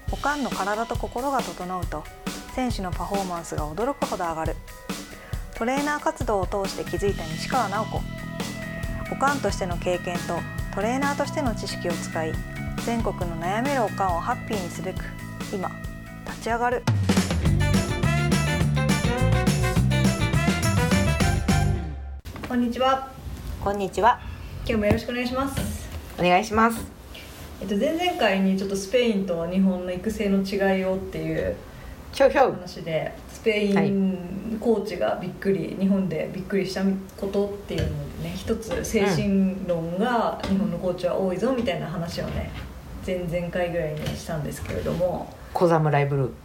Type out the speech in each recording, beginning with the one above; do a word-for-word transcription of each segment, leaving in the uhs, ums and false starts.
おかんの体と心が整うと選手のパフォーマンスが驚くほど上がる。トレーナー活動を通して気づいた西川直子。おかんとしての経験とトレーナーとしての知識を使い、全国の悩めるおかんをハッピーにすべく今立ち上がる。こんにちは。 こんにちは。 今日もよろしくお願いします。 お願いします。 えっと、前々回にちょっとスペインと日本の育成の違いをっていう話で、スペインコーチがびっくり、はい、日本でびっくりしたことっていうのでね、一つ精神論が日本のコーチは多いぞみたいな話をね、前々回ぐらいにしたんですけれども、 小侍ブルー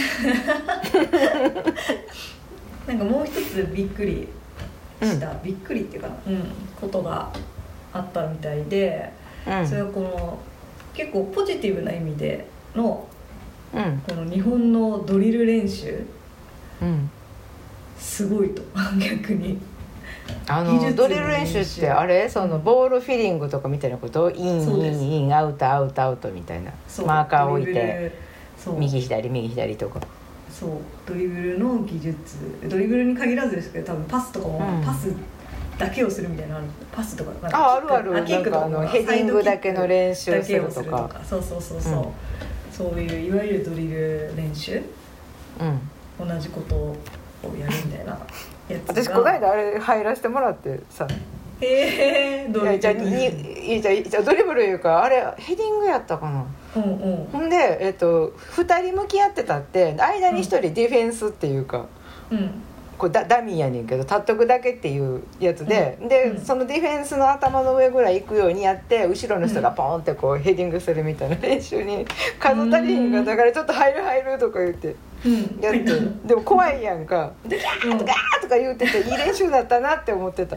なんかもう一つびっくりした、うん、びっくりっていうかな、うん、ことがあったみたいで、うん、それはこの結構ポジティブな意味での、うん、この日本のドリル練習、うん、すごいと逆にあのドリル練習ってあれそのボールフィリングとかみたいなこと、インインインアウトアウトアウトみたいなマーカーを置いて右左右左とか、 そうドリブルの技術、ドリブルに限らずですけど、多分パスとかも、うん、パスだけをするみたいな、パスとかなんかああるある、なんかあのヘディングだけの練習をするとか、 そうそうそうそう、うん、そういういわゆるドリル練習、うん、同じことをやるみたいなやつが、 私この間あれ入らせてもらってさ、 へー、ドリブル、 じゃあにじゃあドリブルいうかあれヘディングやったかな、うんうん、ほんで、えっと、ふたり向き合ってたって間にひとりディフェンスっていうか、うん、こう ダ, ダミーやねんけど立っとくだけっていうやつで、うん、で、うん、そのディフェンスの頭の上ぐらい行くようにやって後ろの人がポーンってこうヘディングするみたいな練習に数足りひんかだからちょっと入る入るとか言ってやって、うん、でも怖いやんかでギャーとかーとか言ってていい練習だったなって思ってた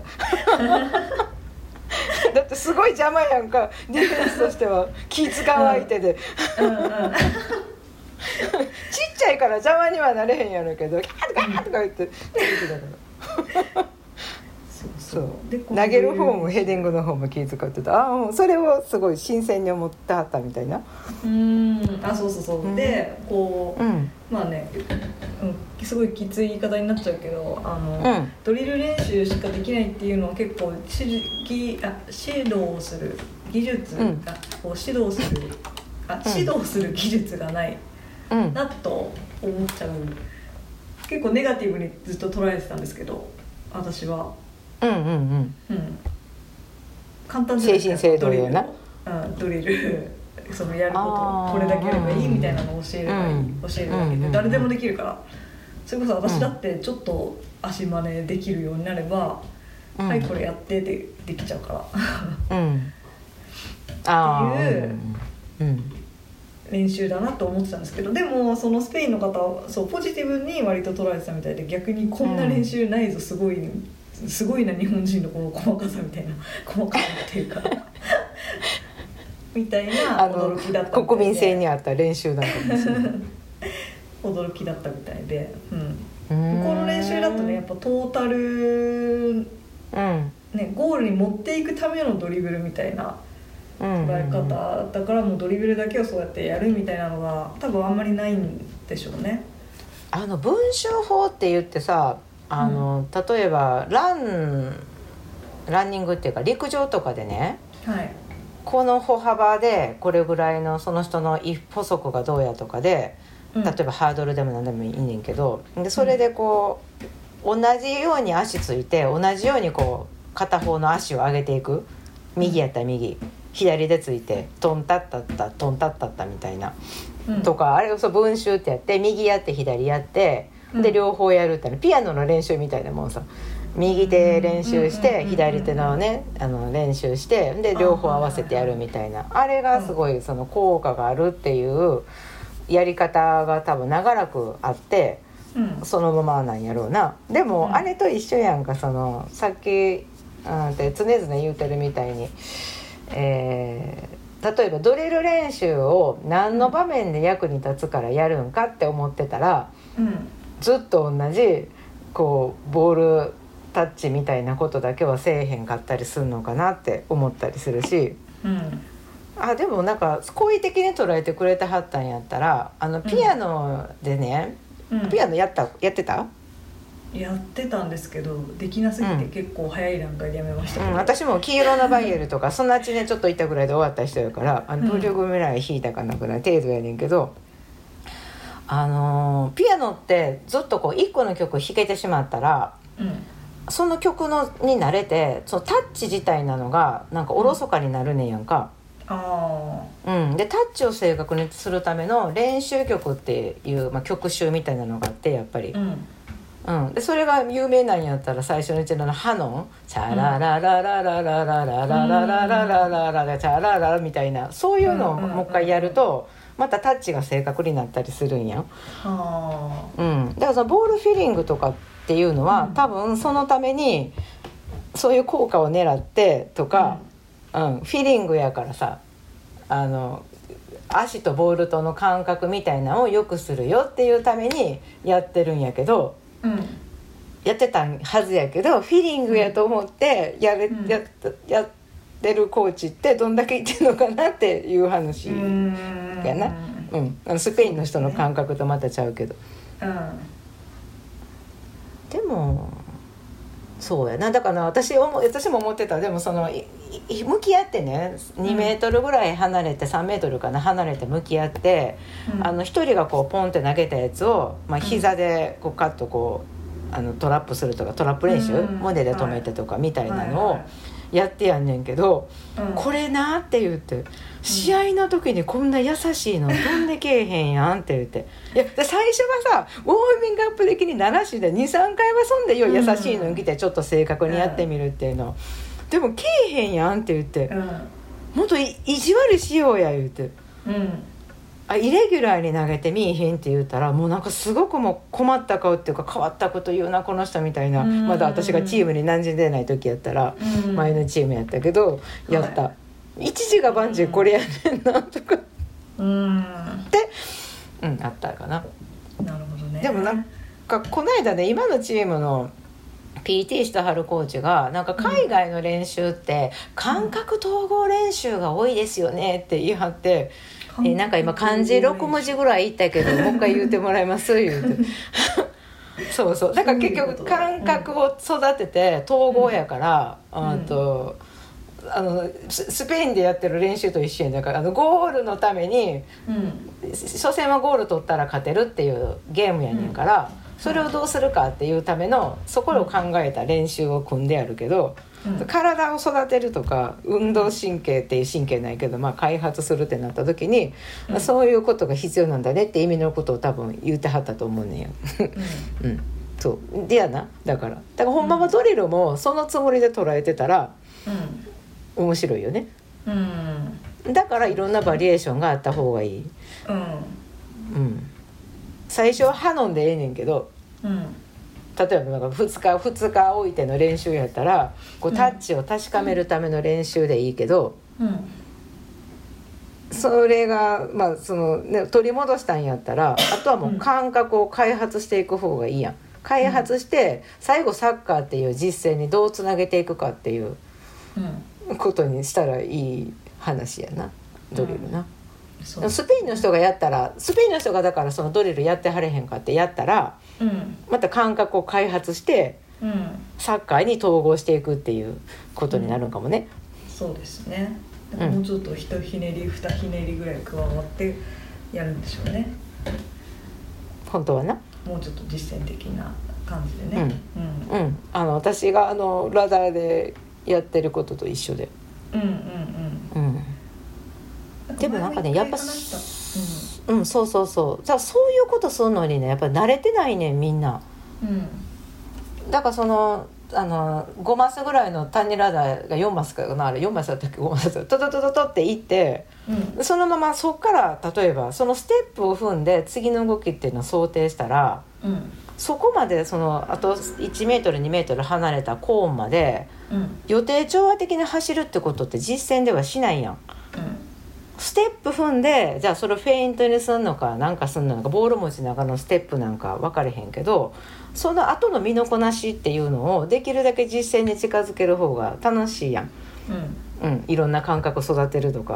だってすごい邪魔やんか、ディフェンスとしては気使う相手で、うんうんうん、ちっちゃいから邪魔にはなれへんやろうけどキャーとかーとか言ってたからそうそうで投げる方もヘディングの方も気使ってた、あそれをすごい新鮮に思ってはったみたいな、 うーん、あそうそうそう、うん、でこう、うん、まあね、うん、すごいきつい言い方になっちゃうけど、あの、うん、ドリル練習しかできないっていうのは結構指導する技術が、うん、こう指導するあ指導する技術がない、うん、なと思っちゃう、結構ネガティブにずっと捉えてたんですけど、私はうんうんうん、うん、 簡単じゃないですか、 精神性ドリルな、 うん、ドリルそのやることをこれだけやればいいみたいなのを教えればいい、うん、教えるだけで誰でもできるから、それこそ私だってちょっと足真似できるようになれば、うん、はいこれやってでできちゃうから、うん、っていう、うん、練習だなと思ってたんですけど、でもそのスペインの方はそうポジティブに割と捉えてたみたいで、逆にこんな練習ないぞ、すごいすごいな日本人のこの細かさみたいな、細かさっていうかみたいな驚きだったみたいで、 国民性に合った練習だったんですよ驚きだったみたいで、うん、この練習だとね、やっぱトータル、うんね、ゴールに持っていくためのドリブルみたいな捉え方だから、もうドリブルだけをそうやってやるみたいなのが多分あんまりないんでしょうね。 あの文集法って言ってさ、あの、うん、例えばランランニングっていうか陸上とかでね、はい、この歩幅でこれぐらいのその人の歩速がどうやとかで、うん、例えばハードルでも何でもいいねんけど、でそれでこう、うん、同じように足ついて同じようにこう片方の足を上げていく、右やったら右、左でついてトンタッタッタトンタッタッタみたいな、うん、とか、あれをそう文集ってやって右やって左やってで両方やるってのピアノの練習みたいなもんさ、右手練習して左手のねあの練習してで両方合わせてやるみたいな、あれがすごいその効果があるっていうやり方が多分長らくあって、そのままなんやろうな。でもあれと一緒やんか、そのさっき、うん、って常々言うてるみたいに、えー、例えばドリル練習を何の場面で役に立つからやるんかって思ってたら、うんずっと同じこうボールタッチみたいなことだけはせえへんかったりするのかなって思ったりするし、うんあでもなんか好意的に捉えてくれてはったんやったらあのピアノでね、うん、ピアノやったやってたやってたんですけどできなすぎて結構早い段階でやめましたけど、 うんうん、私も黄色のバイエルとかそんなちねちょっといったぐらいで終わった人やからあのブリュグぐらい弾いたかなぐらい程度やねんけど、あのー、ピアノってずっとこういっこの曲弾けてしまったら、うん、その曲のに慣れてそのタッチ自体なのがなんかおろそかになるねんやんか、あうん、でタッチを正確にするための練習曲っていう、まあ、曲集みたいなのがあってやっぱり、うんうん、でそれが有名なんやったら最初のうちのハノンチャララララララララララララララララチャララみたいなそういうのをもう一回やるとまたタッチが正確になったりするんや、うん、だからそのボールフィリングとかっていうのは多分そのためにそういう効果を狙ってとか、うん、フィリングやからさあの足とボールとの感覚みたいなのを良くするよっていうためにやってるんやけど、うん、やってたはずやけどフィリングやと思ってやれ、うん、や, やってるコーチってどんだけいってるのかなっていう話やな、うん、あのスペインの人の感覚とまたちゃうけど、うん、でもそうやなだから私, 私も思ってたでもその向き合ってねにメートルぐらい離れて、うん、さんメートルかな離れて向き合って、うん、あのひとりがこうポンって投げたやつを、まあ、膝でこうカッとこうあのトラップするとかトラップ練習、うん、胸で止めてとかみたいなのをやってやんねんけど、はいはい、これなって言って、うん、試合の時にこんな優しいの飛んでけえへんやんって言っていや最初はさウォーミングアップ的にならしで にさんかいはそんでよ優しいのに来てちょっと正確にやってみるっていうの、うん、でもけえへんやんって言って、うん、もっと意地悪しようや言って、うん、あイレギュラーに投げてみいひんって言ったらもうなんかすごくもう困った顔っていうか変わったこと言うなこの人みたいな、うん、まだ私がチームに馴染んでない時やったら、うん、前のチームやったけどやった、はい、一時が万事これやねんなとか、うん、で、うん、あったかな。 なるほどね。 でもなんかこの間ね今のチームの ピーティー したはるコーチがなんか海外の練習って感覚統合練習が多いですよねって言い張って、うん、えなんか今漢字ろく文字ぐらい言ったけどもう一回言ってもらいます言うてそうそうだから結局感覚を育てて統合やから、うん、あとあのスペインでやってる練習と一緒にだからあのゴールのために、うん、初戦はゴール取ったら勝てるっていうゲームやねんから、うん、それをどうするかっていうためのそこを考えた練習を組んであるけど、うん、体を育てるとか運動神経っていう神経ないけど、まあ、開発するってなった時に、うんまあ、そういうことが必要なんだねって意味のことを多分言ってはったと思うねんよ、うんうん、そうでやなだからだからほんまはドリルもそのつもりで捉えてたら、うん面白いよね、うん、だからいろんなバリエーションがあった方がいい、うんうん、最初はハノンでええねんけど、うん、例えばなんかふつかふつか置いての練習やったらこうタッチを確かめるための練習でいいけど、うん、それが、まあそのね、取り戻したんやったらあとはもう感覚を開発していく方がいいやん開発して最後サッカーっていう実践にどうつなげていくかっていう、うんことにしたらいい話やなドリルな、うん、スペインの人がやったらスペインの人がだからそのドリルやってはれへんかってやったら、うん、また感覚を開発して、うん、サッカーに統合していくっていうことになるかもね、 うん、そうですねもうちょっと一ひねり二ひねりぐらい加わってやるんでしょうね本当はなもうちょっと実践的な感じでね、 うんうんうん、あの私があのラダーでやってることと一緒で、うんうんうんうん、でもなんかねやっぱ、うん、うん、そうそうそうじゃあそういうことするのにねやっぱ慣れてないねみんな、うん、だからそのあのごマスぐらいの単二ラダーがよんマスかなあれよんマスだったっけごマストトトトトっていって、うん、そのままそっから例えばそのステップを踏んで次の動きっていうのを想定したら、うんそこまでそのあといちメートルにメートル離れたコーンまで予定調和的に走るってことって実践ではしないやん、うん、ステップ踏んでじゃあそれをフェイントにすんのかなんかすんのかボール持ちながらのステップなんか分かれへんけどその後の身のこなしっていうのをできるだけ実践に近づける方が楽しいやん、うんうん、いろんな感覚を育てるとか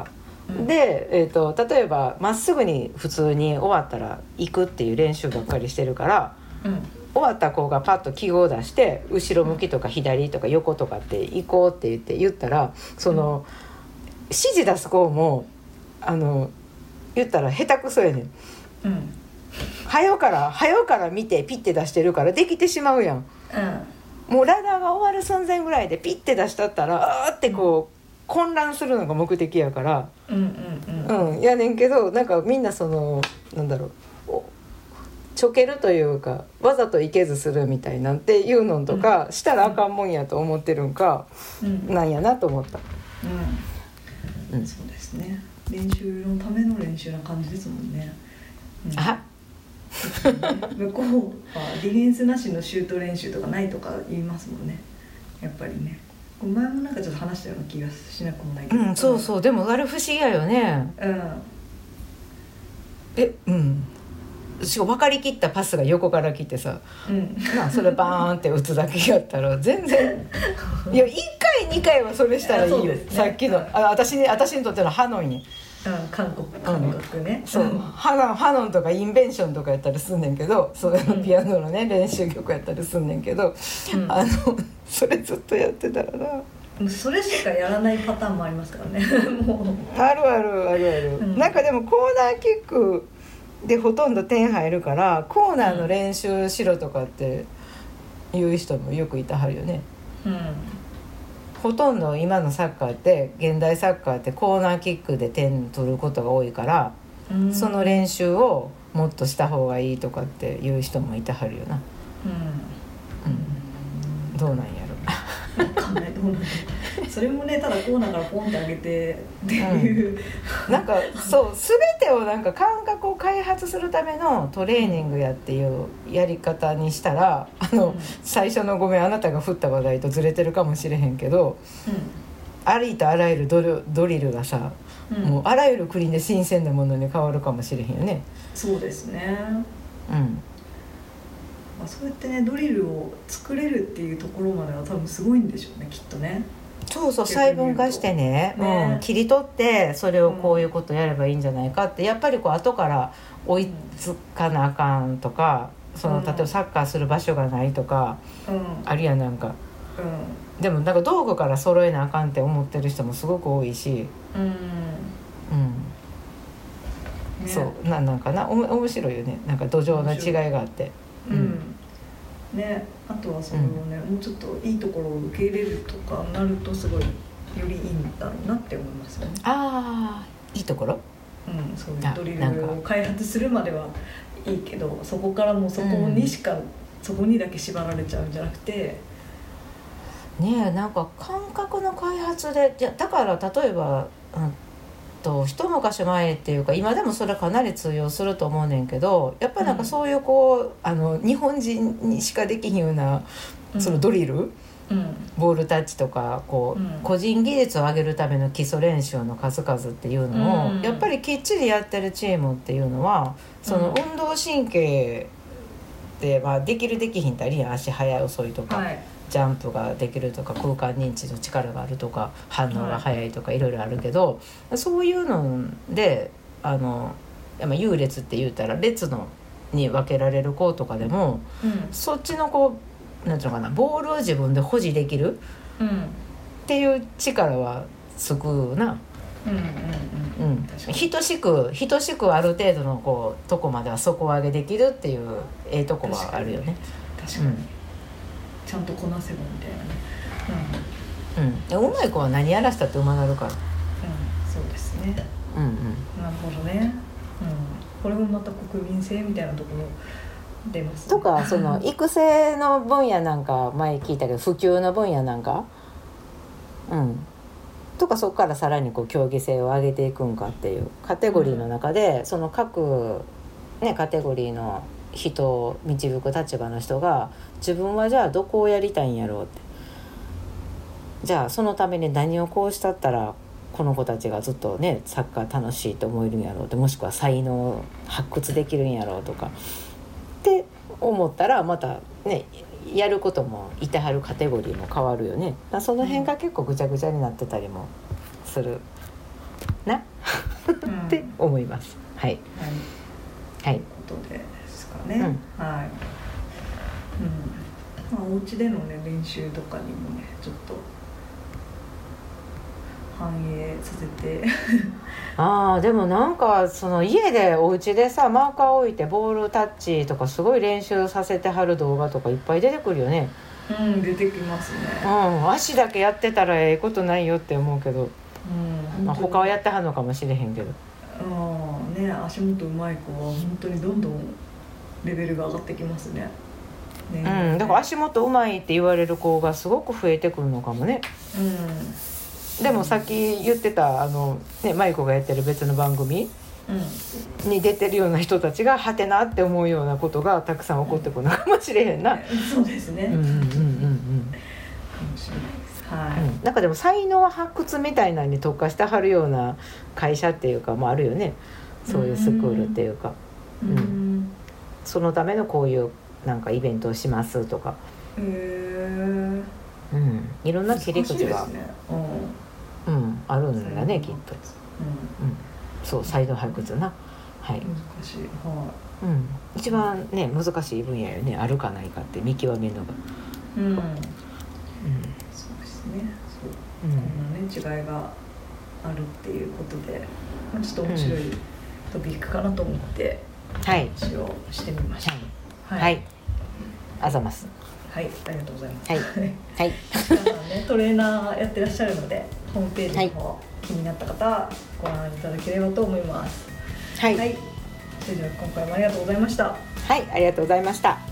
うん、 で、えーと、例えばまっすぐに普通に終わったら行くっていう練習ばっかりしてるから、 うん、 終わった子がパッと記号を出して後ろ向きとか左とか横とかって行こうって言って言ったらその、うん、指示出す子もあの言ったら下手くそやねん、 うん、 早から早から見てピッて出してるからできてしまうやん、 うん、 もうラダーが終わる寸前ぐらいでピッて出しとったらあーってこう、うん混乱するのが目的やから、 うんうんうんうん、やねんけどなんかみんなそのなんだろうちょけるというかわざといけずするみたいなんていうのとか、うん、したらあかんもんやと思ってるんか、うん、なんやなと思った、 うんうん、そうですね練習のための練習な感じですもんね、 うん、あ向こうはディフェンスなしのシュート練習とかないとか言いますもんねやっぱりね前もなんかちょっと話したような気がしなくもないけど、 うん、そうそうでもあれ不思議やよね、 うん、 えうんしかも分かりきったパスが横から来てさ、 うん、 まあそれバーンって打つだけやったら全然いやいっかいにかいはそれしたらいいよ、ね、さっきのあ 私, に私にとってのハノンに、 うん、韓国韓国ね、 うん、そうハノン、ハノンとかインベンションとかやったりすんねんけどそれのピアノのね、うん、練習曲やったりすんねんけど、うん、あのそれずっとやってたらなそれしかやらないパターンもありますからねもうあるあるあるある、うん、なんかでもコーナーキックでほとんど点入るからコーナーの練習しろとかって言う人もよくいたはるよね、 うん、 ほとんど今のサッカーって現代サッカーってコーナーキックで点取ることが多いから、うん、その練習をもっとした方がいいとかって言う人もいたはるよな、 うんうん、どうなんやろ分かんないどうなんだそれもねただコーナーからポンって上げてっていう、 うん、なんかそう全てをなんか感覚を開発するためのトレーニングやっていうやり方にしたらあの、うん、最初のごめんあなたが振った話題とずれてるかもしれへんけど、うん、ありとあらゆるド ル, ドリルがさ、うん、もうあらゆる国で新鮮なものに変わるかもしれへんよね。 そうですね、 うんまあ、そうやってねドリルを作れるっていうところまでは多分すごいんでしょうねきっとね。 そうそう細分化して ね, ね、うん、切り取ってそれをこういうことやればいいんじゃないかって、うん、やっぱりこう後から追いつかなあかんとか、うん、その例えばサッカーする場所がないとか、うん、あるいはなんか、うん、でもなんか道具から揃えなあかんって思ってる人もすごく多いし、 うんうんね、そうななんかなお面白いよねなんか土壌の違いがあって、 うんうんね、あとはそのね、うん、もうちょっといいところを受け入れるとかなるとすごいよりいいんだろうなって思いますよね。 ああいいところ、 うん、そういうドリルを開発するまではいいけどそこからもうそこにしか、うん、そこにだけ縛られちゃうんじゃなくてねえなんか感覚の開発でいやだから例えば、うんと一昔前っていうか今でもそれかなり通用すると思うねんけどやっぱりなんかそういうこう、うん、あの日本人にしかできひんようなそのドリル、うん、ボールタッチとかこう、うん、個人技術を上げるための基礎練習の数々っていうのを、うん、やっぱりきっちりやってるチームっていうのはその運動神経で、まあ、できるできひんってあるいは足速い遅いとか、はいジャンプができるとか空間認知の力があるとか反応が早いとかいろいろあるけど、はい、そういうのであの優劣って言うたら列のに分けられる子とかでも、うん、そっちのこうなんていうのかなボールを自分で保持できる、うん、っていう力はつくな、うんうんうんうん、等しく等しくある程度のこうとこまでは底上げできるっていうええとこはあるよね。 確かに、うんちゃんとこなせばみたいなね、 うんうん、うまい子は何やらしたってうまなるから、うん、 そうですね、 うんうん、 なるほどね、うん、これもまた国民性みたいなところ出ますねとかその育成の分野なんか前聞いたけど普及の分野なんか、うん、とかそこからさらにこう競技性を上げていくんかっていうカテゴリーの中で、うん、その各、ね、カテゴリーの人を導く立場の人が自分はじゃあどこをやりたいんやろうってじゃあそのために何をこうしたったらこの子たちがずっとねサッカー楽しいと思えるんやろうってもしくは才能を発掘できるんやろうとかって思ったらまたねやることもいてはるカテゴリーも変わるよね。だその辺が結構ぐちゃぐちゃになってたりもするなって思います。はい。 はい。ということですかね。うん、はい。うん。まあお家でのね練習とかにもねちょっと反映させてああでもなんかその家でお家でさマーカー置いてボールタッチとかすごい練習させてはる動画とかいっぱい出てくるよね。 うん出てきますね。 うん足だけやってたらええことないよって思うけど、うんまあ、他はやってはんのかもしれへんけど。 ああね足元うまい子は本当にどんどんレベルが上がってきますね。 ねうんだから足元うまいって言われる子がすごく増えてくるのかもね。うんでもさっき言ってたあの、ね、舞子がやってる別の番組、うん、に出てるような人たちがはてなって思うようなことがたくさん起こってくるのかもしれへんな、 うん、そうですね。うんうんうんうんかもしれないです。はい、うん、 なんかでも才能発掘みたいなのに特化してはるような会社っていうかもあるよね。そういうスクールっていうか、うんうん、そのためのこういうなんかイベントをしますとか、へー、うん、いろんな切り口が、ねうんうん、あるんだねきっと、うんうん、そう才能発掘な、はい、難しい、はいうん、一番ね難しい分野よねあるかないかって見極めるのが、うんうん、そうですねそう、うん、こんなね違いがあるっていうことで、まあ、ちょっと面白いトピックかなと思って、うん、話をしてみました。 はい、はいはい、あざます。 はい、ありがとうございます。 はい、はい、 皆さんね、トレーナーやってらっしゃるので、ホームページの方、はい、気になった方ご覧いただければと思います。はい。はい、それでは今回もありがとうございました。 はい、ありがとうございました。